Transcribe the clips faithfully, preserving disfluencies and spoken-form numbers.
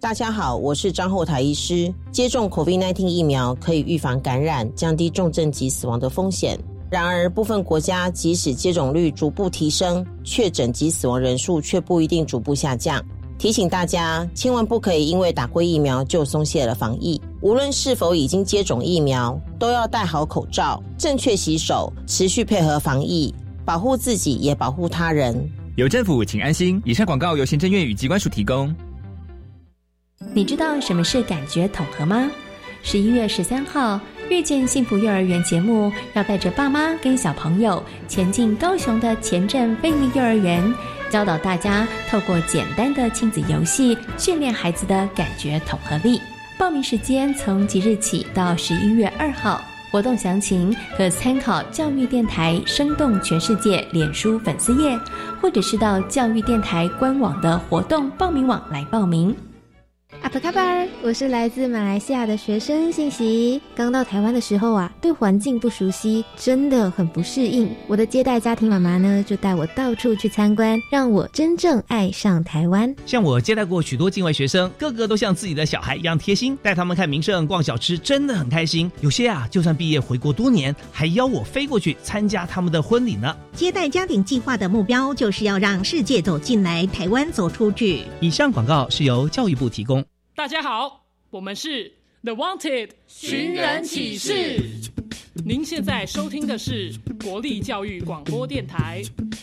大家好，我是张后台医师。接种 COVID 十九 疫苗可以预防感染，降低重症及死亡的风险。然而，部分国家即使接种率逐步提升，确诊及死亡人数却不一定逐步下降。提醒大家，千万不可以因为打过疫苗就松懈了防疫。无论是否已经接种疫苗，都要戴好口罩，正确洗手，持续配合防疫，保护自己也保护他人。 有政府，请安心。以上广告由行政院与疾管署提供。 你知道什么是感觉统合吗？十一月十三号，遇见幸福幼儿园节目要带着爸妈跟小朋友前进高雄的前镇菲尼幼儿园，教导大家透过简单的亲子游戏训练孩子的感觉统合力。报名时间从即日起到十一月二号，活动详情可参考教育电台生动全世界脸书粉丝页，或者是到教育电台官网的活动报名网来报名。 阿普卡巴尔，我是来自马来西亚的学生信息。刚到台湾的时候啊，对环境不熟悉，真的很不适应。我的接待家庭妈妈呢，就带我到处去参观，让我真正爱上台湾。 像我接待过许多境外学生，个个都像自己的小孩一样贴心，带他们看名胜、逛小吃，真的很开心。有些啊，就算毕业回国多年，还邀我飞过去参加他们的婚礼呢。 接待家庭计划的目标就是要让世界走进来，台湾走出去。 以上广告是由教育部提供。 大家好，我们是 The Wanted 寻人启事。您现在收听的是国立教育广播电台。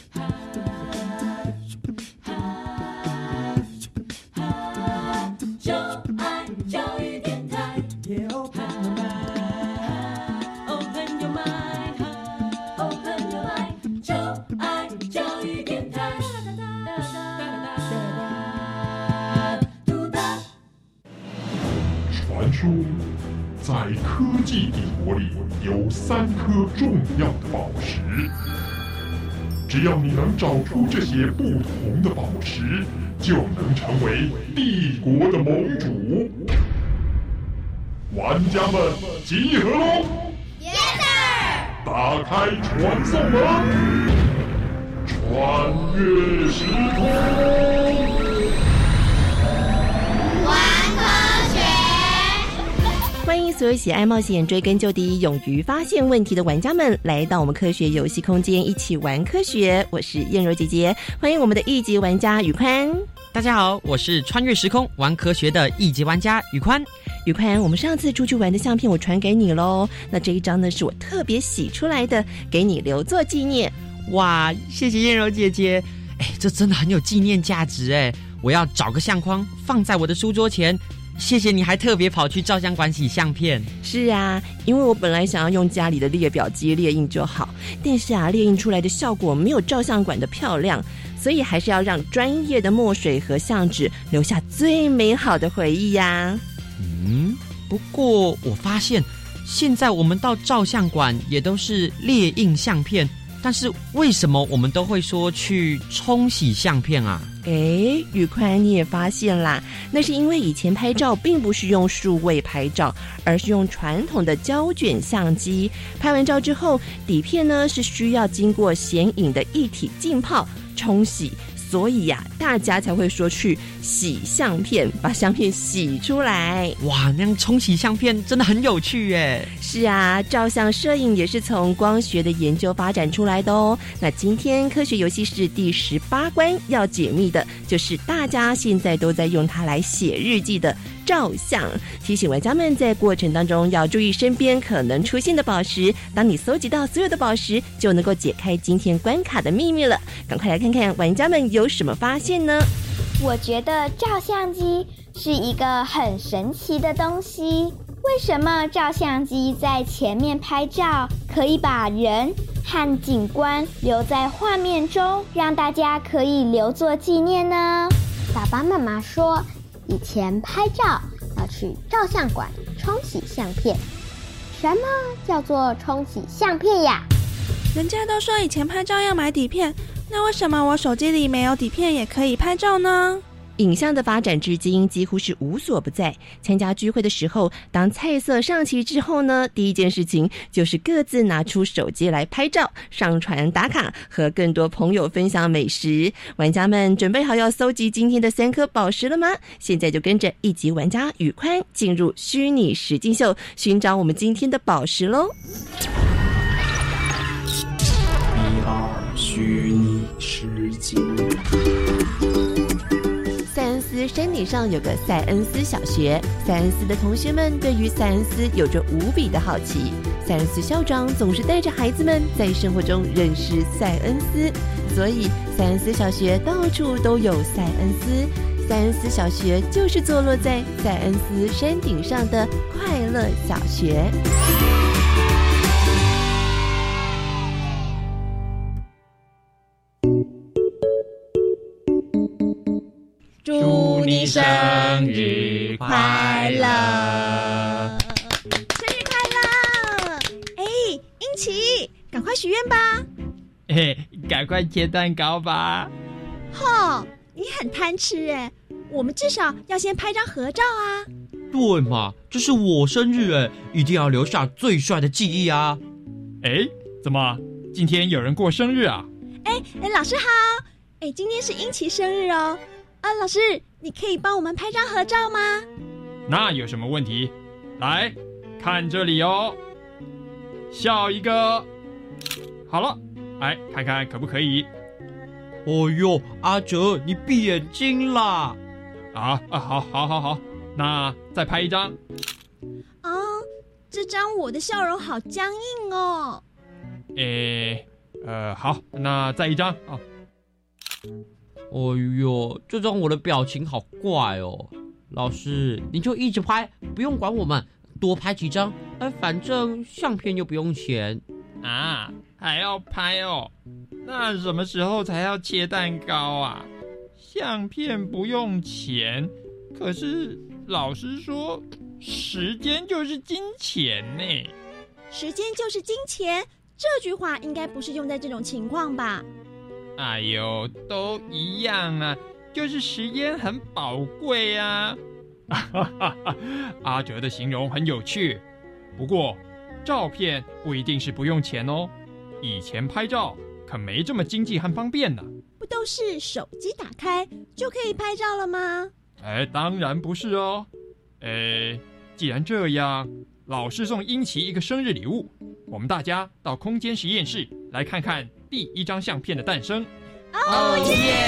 就爱教育电台。Yeah, open your mind, open your mind, open your mind。就爱教育电台。 传说，在科技帝国里有三颗重要的宝石，只要你能找出这些不同的宝石，就能成为帝国的盟主。玩家们集合喽！ Yes sir！ 打开传送门，穿越时空。 欢迎所有喜爱冒险、追根究底、勇于发现问题的玩家们来到我们科学游戏空间，一起玩科学。我是燕柔姐姐，欢迎我们的一级玩家宇宽。 大家好，我是穿越时空玩科学的一级玩家宇宽。 宇宽，我们上次出去玩的相片我传给你咯，那这一张呢是我特别洗出来的，给你留作纪念。 哇，谢谢燕柔姐姐，哎，这真的很有纪念价值哎！我要找个相框放在我的书桌前。谢谢你还特别跑去照相馆洗相片。 是啊，因为我本来想要用家里的列表机列印就好，但是啊，列印出来的效果没有照相馆的漂亮，所以还是要让专业的墨水和相纸留下最美好的回忆呀。 嗯，不过我发现现在我们到照相馆也都是列印相片，但是为什么我们都会说去冲洗相片啊？ 诶，宇宽，你也发现啦，那是因为以前拍照并不是用数位拍照，而是用传统的胶卷相机。拍完照之后，底片呢是需要经过显影的液体浸泡冲洗，所以呀、啊，大家才会说去洗相片，把相片洗出来。 哇，那样冲洗相片真的很有趣耶。 是啊，照相摄影也是从光学的研究发展出来的哦。那今天科学游戏室第十八关要解密的就是大家现在都在用它来写日记的照相，提醒玩家们在过程当中要注意身边可能出现的宝石，当你搜集到所有的宝石，就能够解开今天关卡的秘密了。赶快来看看玩家们有什么发现呢？ 我觉得照相机是一个很神奇的东西。为什么照相机在前面拍照，可以把人和景观留在画面中，让大家可以留作纪念呢？爸爸妈妈说，以前拍照要去照相馆冲洗相片。什么叫做冲洗相片呀？ 人家都说以前拍照要买底片，那为什么我手机里没有底片也可以拍照呢？ 影像的发展至今几乎是无所不在。参加聚会的时候，当菜色上齐之后呢，第一件事情就是各自拿出手机来拍照、上传打卡，和更多朋友分享美食。玩家们准备好要搜集今天的三颗宝石了吗？现在就跟着一级玩家宇宽进入虚拟实境秀，寻找我们今天的宝石喽！ 一二虚拟实境。 塞恩斯山顶上有个塞恩斯小学，塞恩斯的同学们对于塞恩斯有着无比的好奇。塞恩斯校长总是带着孩子们在生活中认识塞恩斯，所以塞恩斯小学到处都有塞恩斯。塞恩斯小学就是坐落在塞恩斯山顶上的快乐小学。 祝你生日快乐！ 生日快乐！哎，英奇，赶快许愿吧！ 嘿，赶快切蛋糕吧！ 吼，你很贪吃哎！我们至少要先拍张合照啊！ 对嘛，这是我生日哎，一定要留下最帅的记忆啊！ 哎，怎么今天有人过生日啊？ 哎哎，老师好！哎，今天是英奇生日哦。啊，老师，你可以帮我们拍张合照吗？ 那有什么问题？来，看这里哦，笑一个。好了，来看看可不可以？ 哦呦，阿哲，你闭眼睛啦！ 啊啊，好，好，好，好，那再拍一张。 啊，这张我的笑容好僵硬哦。 诶，呃，好，那再一张啊。 哦呦，这张我的表情好怪哦。老师，你就一直拍，不用管我们，多拍几张，哎，反正相片又不用钱啊，还要拍哦？那什么时候才要切蛋糕啊？相片不用钱，可是老师说时间就是金钱呢。 时间就是金钱，这句话应该不是用在这种情况吧？ 哎呦，都一样啊，就是时间很宝贵啊。阿哲的形容很有趣，不过照片不一定是不用钱哦。以前拍照可没这么经济和方便呢。 不都是手机打开就可以拍照了吗？ 哎，当然不是哦。哎，既然这样，老师送英奇一个生日礼物，我们大家到空间实验室来看看第一张相片的诞生。 哦耶！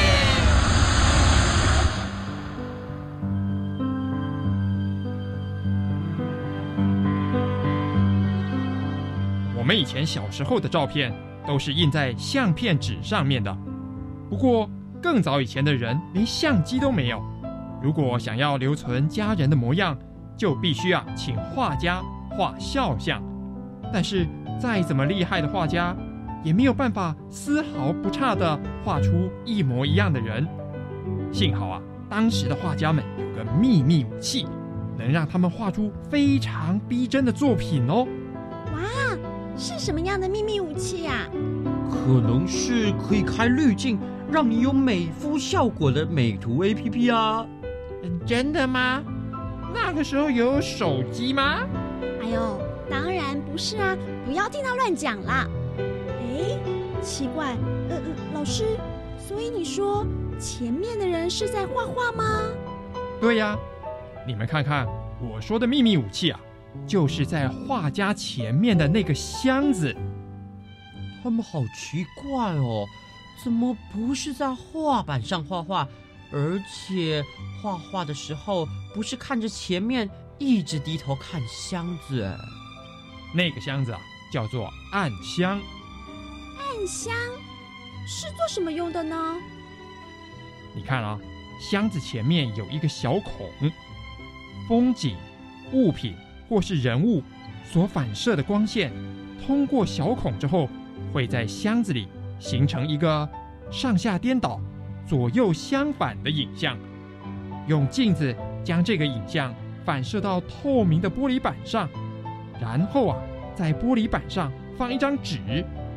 我们以前小时候的照片都是印在相片纸上面的，不过更早以前的人连相机都没有。如果想要留存家人的模样，就必须啊请画家画肖像。但是再怎么厉害的画家，也没有办法丝毫不差地画出一模一样的人。幸好啊，当时的画家们有个秘密武器，能让他们画出非常逼真的作品哦。 哇，是什么样的秘密武器啊？ 可能是可以开滤镜，让你有美肤效果的美图 A P P 啊。 真的吗？那个时候有手机吗？ 哎呦，当然不是啊，不要听他乱讲啦。哎，奇怪，呃呃，老师，所以你说前面的人是在画画吗？ 对呀，你们看看我说的秘密武器啊，就是在画家前面的那个箱子。 他们好奇怪哦，怎么不是在画板上画画，而且画画的时候不是看着前面，一直低头看箱子？ 那个箱子啊，叫做暗箱。 暗箱是做什么用的呢？ 你看啊，箱子前面有一个小孔，风景、物品或是人物所反射的光线，通过小孔之后，会在箱子里形成一个上下颠倒、左右相反的影像。用镜子将这个影像反射到透明的玻璃板上，然后啊，在玻璃板上放一张纸，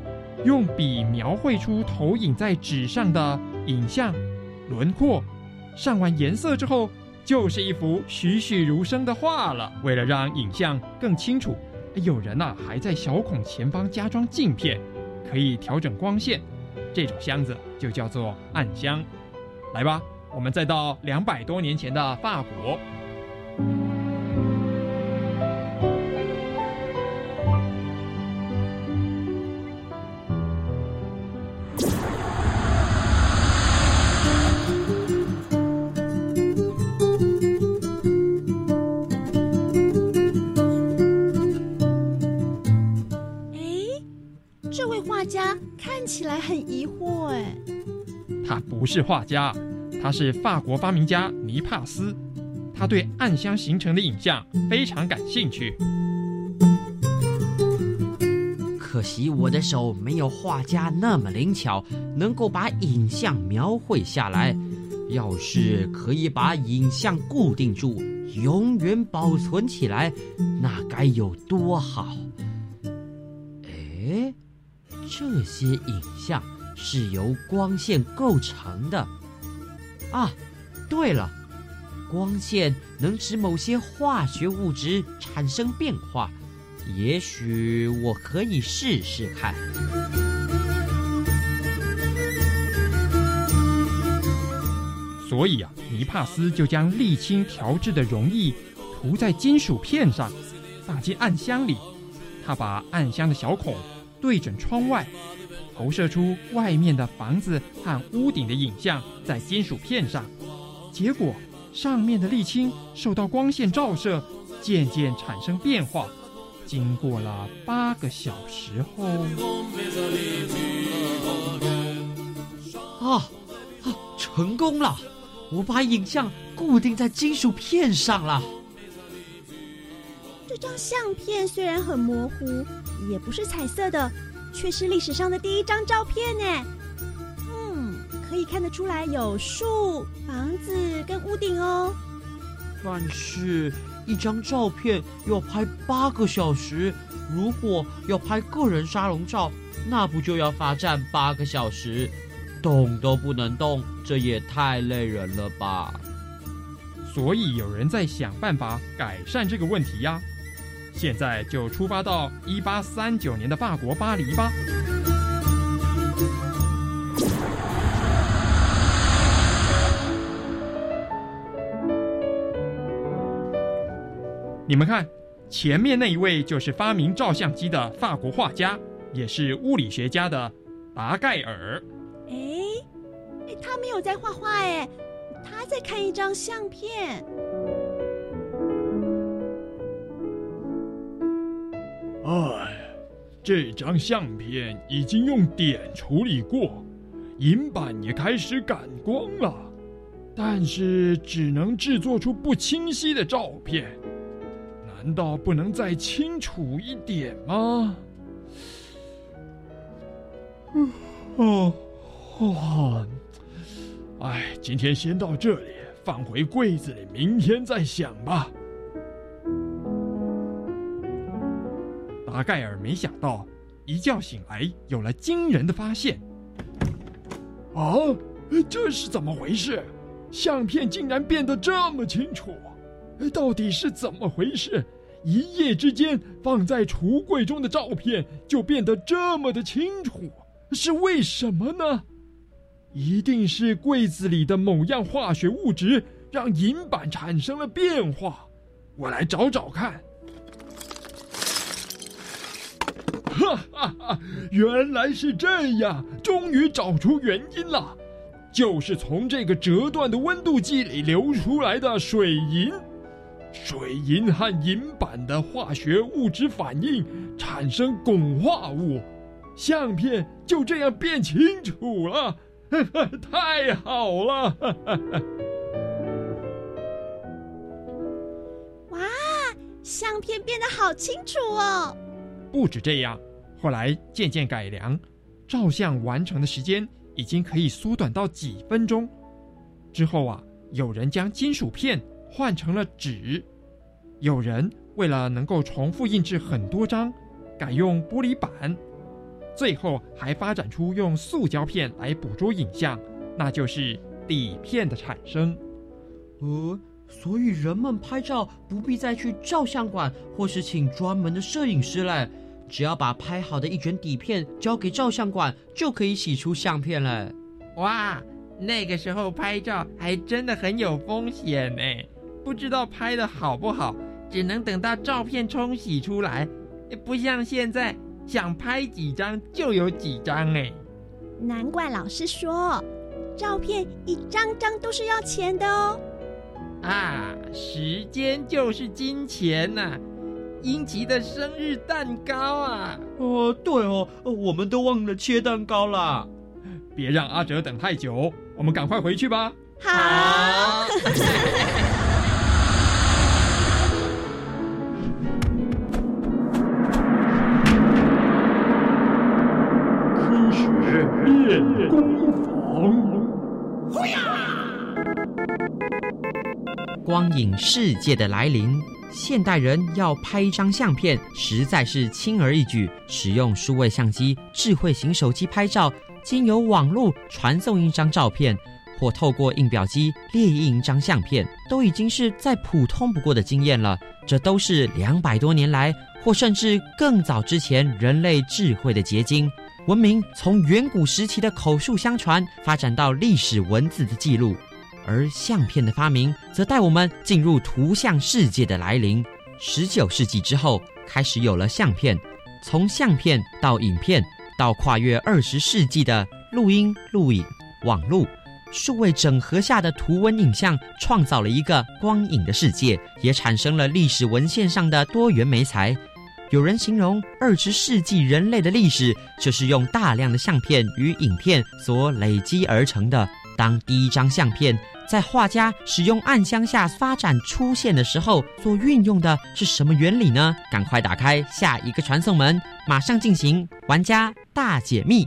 用笔描绘出投影在纸上的影像、轮廓、 上完颜色之后，就是一幅栩栩如生的画了。为了让影像更清楚，有人啊还在小孔前方加装镜片，可以调整光线。这种箱子就叫做暗箱。来吧，我们再到两百多年前的法国。 看起来很疑惑哎。 他不是画家，他是法国发明家尼帕斯。他对暗箱形成的影像非常感兴趣。 可惜我的手没有画家那么灵巧，能够把影像描绘下来。要是可以把影像固定住，永远保存起来，那该有多好！哎，这些影像是由光线构成的。啊，对了，光线能使某些化学物质产生变化，也许我可以试试看。 所以啊，尼帕斯就将沥青调制的溶液涂在金属片上，放进暗箱里。他把暗箱的小孔对准窗外，投射出外面的房子和屋顶的影像在金属片上。结果上面的沥青受到光线照射，渐渐产生变化。经过了八个小时后， 啊啊，成功了！我把影像固定在金属片上了。 这张相片虽然很模糊，也不是彩色的，却是历史上的第一张照片呢。嗯，可以看得出来有树、房子跟屋顶哦。 但是一张照片要拍八个小时，如果要拍个人沙龙照，那不就要罚站八个小时？动都不能动，这也太累人了吧。 所以有人在想办法改善这个问题呀。现在就出发到一八三九年的法国巴黎吧。你们看，前面那一位就是发明照相机的法国画家，也是物理学家的达盖尔。 哎，他没有在画画哎，他在看一张相片。 哎，这张相片已经用碘处理过，银板也开始感光了，但是只能制作出不清晰的照片。难道不能再清楚一点吗？哦，哦，哎，今天先到这里，放回柜子里，明天再想吧。 达盖尔没想到，一觉醒来有了惊人的发现。 啊，这是怎么回事？相片竟然变得这么清楚，到底是怎么回事？一夜之间，放在橱柜中的照片就变得这么的清楚，是为什么呢？一定是柜子里的某样化学物质让银板产生了变化。我来找找看。哈哈哈，原来是这样，终于找出原因了，就是从这个折断的温度计里流出来的水银。水银和银板的化学物质反应产生汞化物，相片就这样变清楚了，呵呵，太好了！呵呵哇，相片变得好清楚哦！ 不止这样，后来渐渐改良，照相完成的时间已经可以缩短到几分钟。之后啊，有人将金属片换成了纸，有人为了能够重复印制很多张，改用玻璃板，最后还发展出用塑胶片来捕捉影像，那就是底片的产生。 呃，所以人们拍照不必再去照相馆或是请专门的摄影师了，只要把拍好的一卷底片交给照相馆，就可以洗出相片了。 哇，那个时候拍照还真的很有风险呢，不知道拍的好不好，只能等到照片冲洗出来，不像现在想拍几张就有几张哎。 难怪老师说，照片一张张都是要钱的哦。 啊，时间就是金钱呐、啊！英奇的生日蛋糕啊！ 哦，对哦，我们都忘了切蛋糕啦。 别让阿哲等太久，我们赶快回去吧。 好。 科学练功房。 光影世界的来临，现代人要拍一张相片实在是轻而易举，使用数位相机、智慧型手机拍照，经由网络传送一张照片，或透过印表机列印一张相片，都已经是再普通不过的经验了。这都是两百多年来，或甚至更早之前人类智慧的结晶。文明从远古时期的口述相传，发展到历史文字的记录。而相片的发明则带我们进入图像世界的来临。十九世纪之后开始有了相片，从相片到影片，到跨越二十世纪的录音、录影、网络，数位整合下的图文影像，创造了一个光影的世界，也产生了历史文献上的多元媒材。有人形容二十世纪人类的历史就是用大量的相片与影片所累积而成的。当第一张相片在画家使用暗箱下发展出现的时候，所运用的是什么原理呢？赶快打开下一个传送门，马上进行玩家大解密。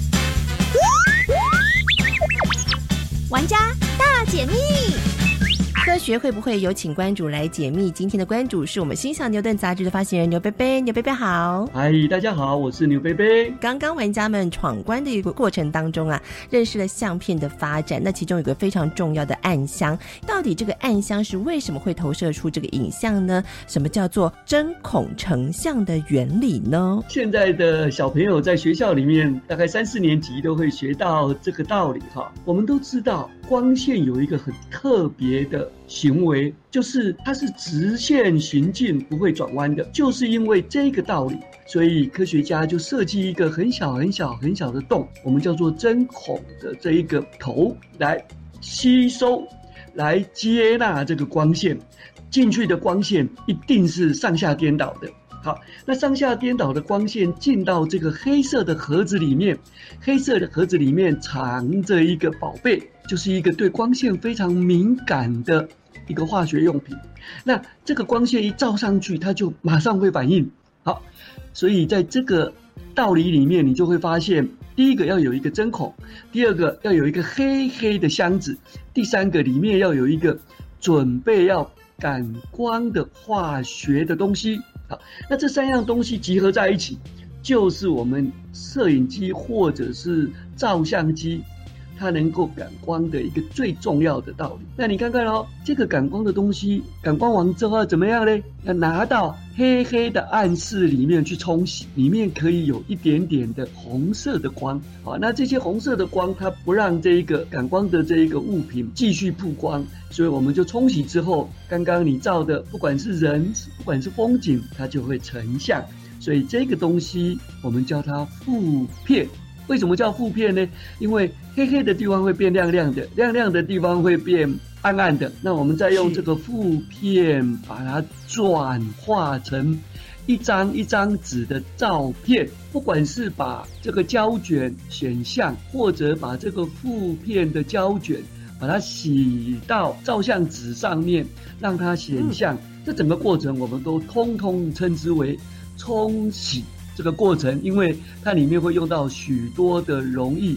玩家大解密。 科学会不会有请关主来解密？今天的关主是我们新小牛顿杂志的发行人牛贝贝。牛贝贝好。 嗨，大家好，我是牛贝贝。 刚刚玩家们闯关的一个过程当中啊，认识了相片的发展，那其中有个非常重要的暗箱，到底这个暗箱是为什么会投射出这个影像呢？什么叫做针孔成像的原理呢？ 现在的小朋友在学校里面大概三四年级都会学到这个道理哈。我们都知道光线有一个很特别的行为，就是它是直线行进，不会转弯的。就是因为这个道理，所以科学家就设计一个很小很小很小的洞，我们叫做针孔的这一个头，来吸收来接纳这个光线，进去的光线一定是上下颠倒的。好，那上下颠倒的光线进到这个黑色的盒子里面，黑色的盒子里面藏着一个宝贝，就是一个对光线非常敏感的一个化学用品。那这个光线一照上去，它就马上会反应。好，所以在这个道理里面，你就会发现，第一个要有一个针孔，第二个要有一个黑黑的箱子，第三个里面要有一个准备要感光的化学的东西。好，那这三样东西集合在一起，就是我们摄影机或者是照相机它能够感光的一个最重要的道理。那你看看哦，这个感光的东西感光完之后要怎么样呢？要拿到黑黑的暗室里面去冲洗，里面可以有一点点的红色的光。好，那这些红色的光它不让这一个感光的这一个物品继续曝光，所以我们就冲洗之后，刚刚你照的不管是人不管是风景，它就会成像。所以这个东西我们叫它负片。为什么叫负片呢？因为黑黑的地方会变亮亮的，亮亮的地方会变暗暗的。那我们再用这个负片把它转化成一张一张纸的照片，不管是把这个胶卷显像，或者把这个负片的胶卷把它洗到照相纸上面，让它显像。嗯、这整个过程我们都通通称之为冲洗。这个过程，因为它里面会用到许多的溶液，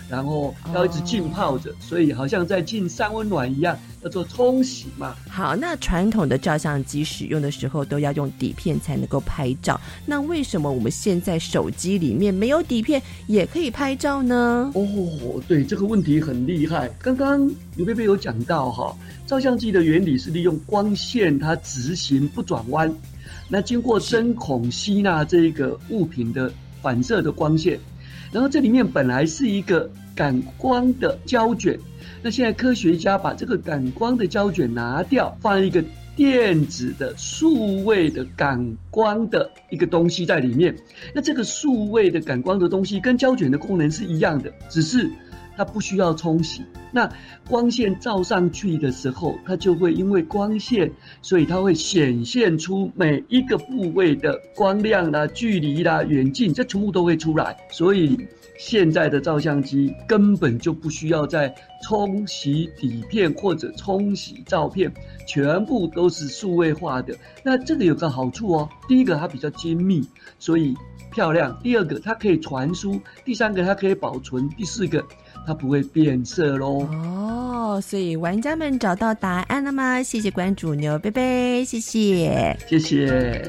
然后要一直浸泡着，所以好像在浸三温暖一样，叫做冲洗嘛。 好，那传统的照相机使用的时候都要用底片才能够拍照，那为什么我们现在手机里面没有底片也可以拍照呢？ 哦，对，这个问题很厉害。刚刚刘贝贝有讲到哈，照相机的原理是利用光线它直行不转弯，那经过针孔吸纳这个物品的反射的光线，然后这里面本来是一个感光的胶卷，那现在科学家把这个感光的胶卷拿掉，放一个电子的数位的感光的一个东西在里面。那这个数位的感光的东西跟胶卷的功能是一样的，只是它不需要冲洗。那光线照上去的时候，它就会因为光线，所以它会显现出每一个部位的光亮啦、距离啦、远近，这全部都会出来。所以现在的照相机根本就不需要再冲洗底片或者冲洗照片，全部都是数位化的。那这个有个好处哦，第一个它比较精密，所以漂亮；第二个它可以传输；第三个它可以保存；第四个它不会变色咯。 哦，所以玩家们找到答案了吗？谢谢关主牛贝贝，谢谢， 谢谢。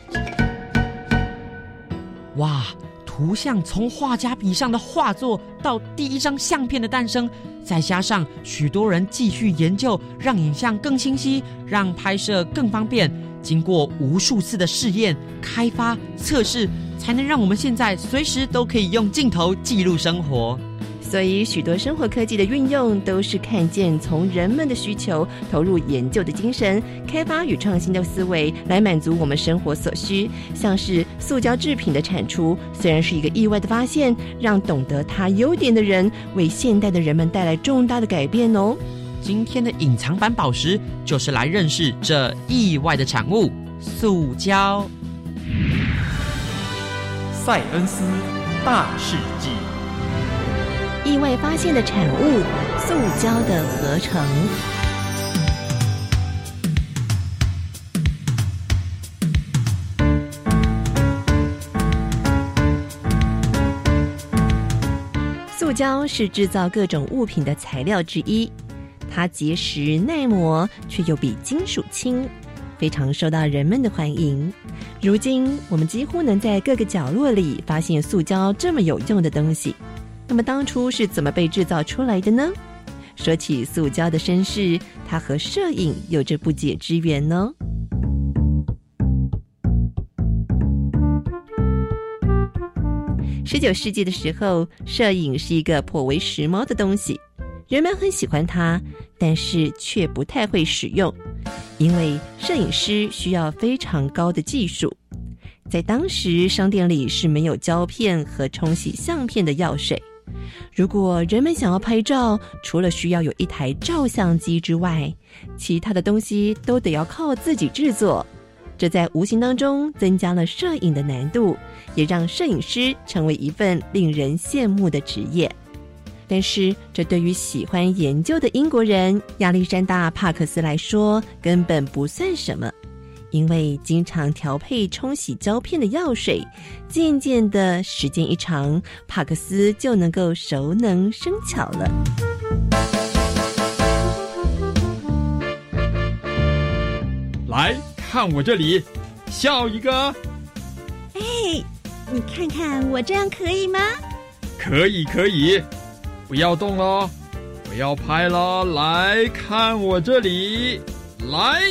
哇！图像从画家笔上的画作到第一张相片的诞生，再加上许多人继续研究，让影像更清晰，让拍摄更方便，经过无数次的试验、开发、测试，才能让我们现在随时都可以用镜头记录生活。 所以许多生活科技的运用都是看见从人们的需求投入研究的精神，开发与创新的思维来满足我们生活所需。像是塑胶制品的产出，虽然是一个意外的发现，让懂得它优点的人为现代的人们带来重大的改变哦。 今天的隐藏版宝石就是来认识这意外的产物——塑胶。 赛恩斯大事记。 意外发现的产物，塑胶的合成。塑胶是制造各种物品的材料之一，它结实耐磨，却又比金属轻，非常受到人们的欢迎。如今，我们几乎能在各个角落里发现塑胶这么有用的东西。那么当初是怎么被制造出来的呢？说起塑胶的身世，它和摄影有着不解之缘呢。十九世纪的时候，摄影是一个颇为时髦的东西，人们很喜欢它，但是却不太会使用，因为摄影师需要非常高的技术。在当时，商店里是没有胶片和冲洗相片的药水。如果人们想要拍照，除了需要有一台照相机之外，其他的东西都得要靠自己制作。这在无形当中增加了摄影的难度，也让摄影师成为一份令人羡慕的职业。但是，这对于喜欢研究的英国人亚历山大·帕克斯来说，根本不算什么。因为经常调配冲洗胶片的药水，渐渐的时间一长，帕克斯就能够熟能生巧了。 来看我这里，笑一个。 哎，你看看我这样可以吗？ 可以可以，不要动了，不要拍了，来看我这里，来。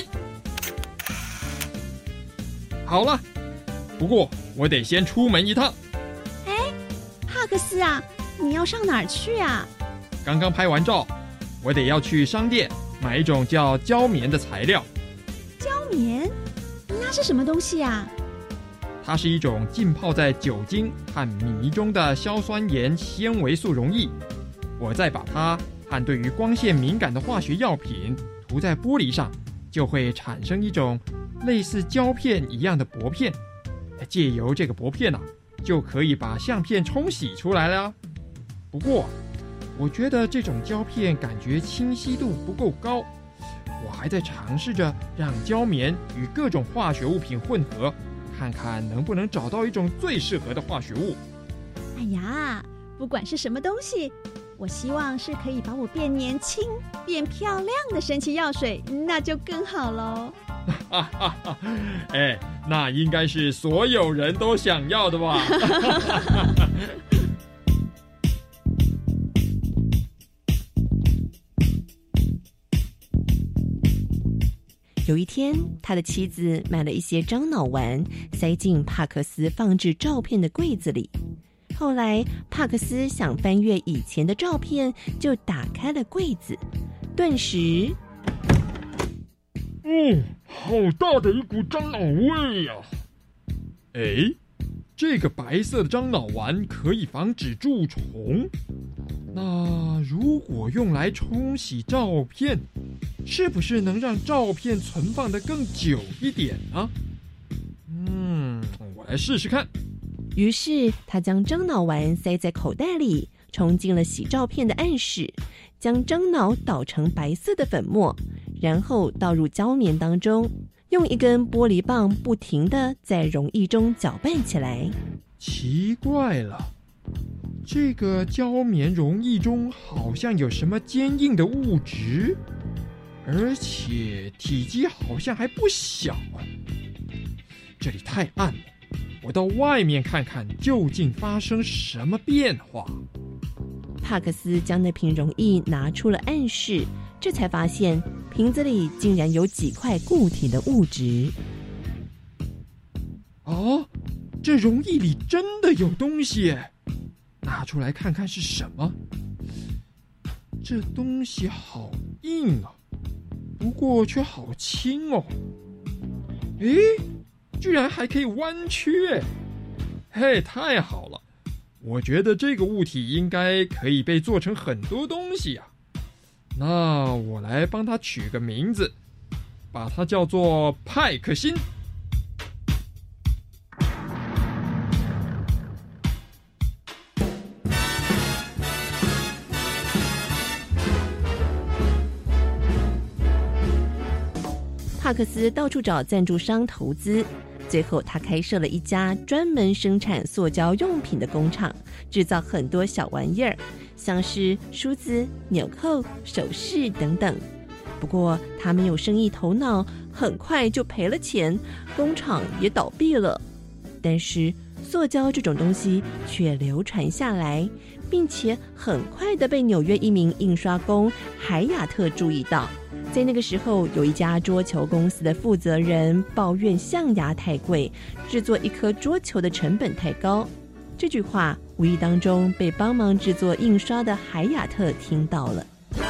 好了，不过我得先出门一趟。 哎，帕克斯啊，你要上哪儿去啊？ 刚刚拍完照，我得要去商店买一种叫胶棉的材料。 胶棉？那是什么东西啊？ 它是一种浸泡在酒精和米中的硝酸盐纤维素溶液，我再把它和对于光线敏感的化学药品涂在玻璃上，就会产生一种类似胶片一样的薄片，借由这个薄片啊，就可以把相片冲洗出来了。不过，我觉得这种胶片感觉清晰度不够高，我还在尝试着让胶棉与各种化学物品混合，看看能不能找到一种最适合的化学物。 哎呀，不管是什么东西， 我希望是可以把我变年轻、变漂亮的神奇药水，那就更好喽。 哈哈哈！哎，那应该是所有人都想要的吧？ 有一天，他的妻子买了一些樟脑丸，塞进帕克斯放置照片的柜子里。后来，帕克斯想翻阅以前的照片，就打开了柜子，顿时， 嗯，好大的一股樟脑味呀！哎，这个白色的樟脑丸可以防止蛀虫。那如果用来冲洗照片，是不是能让照片存放得更久一点呢？嗯，我来试试看。 于是他将樟脑丸塞在口袋里，冲进了洗照片的暗室，将樟脑捣成白色的粉末，然后倒入胶棉当中，用一根玻璃棒不停地在溶液中搅拌起来。 奇怪了，这个胶棉溶液中好像有什么坚硬的物质，而且体积好像还不小啊。这里太暗了，我到外面看看究竟发生什么变化。 帕克斯将那瓶溶液拿出了暗室，这才发现瓶子里竟然有几块固体的物质。 哦，这溶液里真的有东西耶！拿出来看看是什么。这东西好硬啊，不过却好轻哦。诶，居然还可以弯曲耶！嘿，太好了！我觉得这个物体应该可以被做成很多东西啊。那我来帮它取个名字，把它叫做派克星。 帕克斯到处找赞助商投资，最后他开设了一家专门生产塑胶用品的工厂，制造很多小玩意儿，像是梳子、纽扣、首饰等等。不过他没有生意头脑，很快就赔了钱，工厂也倒闭了。但是塑胶这种东西却流传下来，并且很快的被纽约一名印刷工海雅特注意到。在那个时候，有一家桌球公司的负责人抱怨象牙太贵，制作一颗桌球的成本太高。这句话无意当中被帮忙制作印刷的海雅特听到了。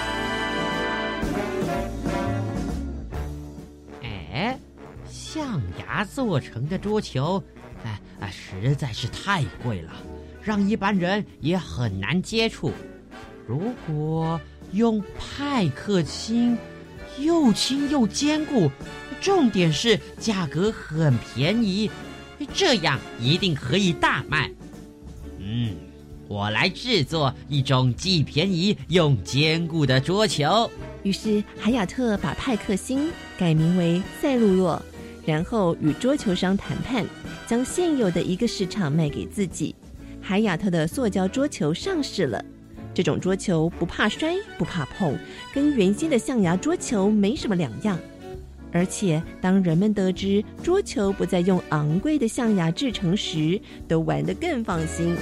哎，象牙做成的桌球，哎哎，实在是太贵了，让一般人也很难接触。如果用派克星，又轻又坚固，重点是价格很便宜，这样一定可以大卖。嗯，我来制作一种既便宜又坚固的桌球。 于是海雅特把派克星改名为赛璐珞，然后与桌球商谈判，将现有的一个市场卖给自己。海雅特的塑胶桌球上市了。这种桌球不怕摔，不怕碰，跟原先的象牙桌球没什么两样。而且当人们得知桌球不再用昂贵的象牙制成时，都玩得更放心。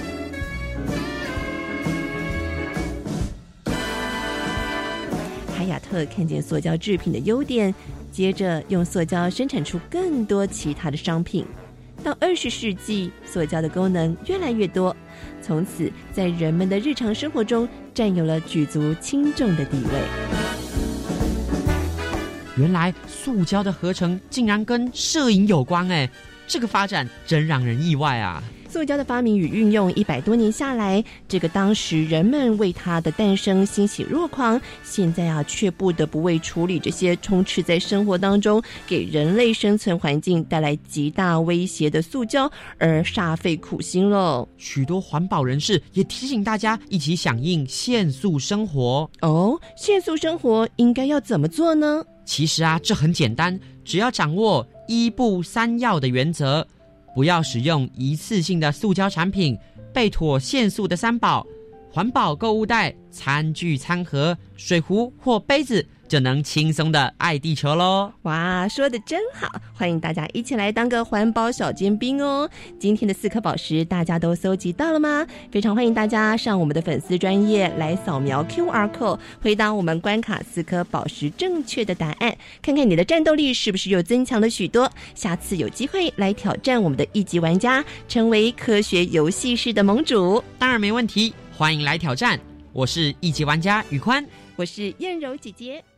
海雅特看见塑胶制品的优点，接着用塑胶生产出更多其他的商品。到二十世纪，塑胶的功能越来越多，从此在人们的日常生活中占有了举足轻重的地位。 原来塑胶的合成竟然跟摄影有关，哎，这个发展真让人意外啊！ 塑胶的发明与运用一百多年下来，这个当时人们为它的诞生欣喜若狂，现在啊却不得不为处理这些充斥在生活当中，给人类生存环境带来极大威胁的塑胶而煞费苦心了。 许多环保人士也提醒大家一起响应限塑生活。 哦，限塑生活应该要怎么做呢？ 其实啊，这很简单，只要掌握一不三要的原则。不要使用一次性的塑胶产品，备妥限塑的三宝， 环保购物袋、餐具、餐盒、水壶或杯子，就能轻松的爱地球咯。 哇，说得真好，欢迎大家一起来当个环保小尖兵哦。今天的四颗宝石大家都搜集到了吗？非常欢迎大家上我们的粉丝专页来扫描 Q R code， 回答我们关卡四颗宝石正确的答案，看看你的战斗力是不是又增强了许多。下次有机会来挑战我们的一级玩家，成为科学游戏室的盟主。 当然没问题，欢迎来挑战。我是一级玩家宇宽， 我是燕柔姐姐。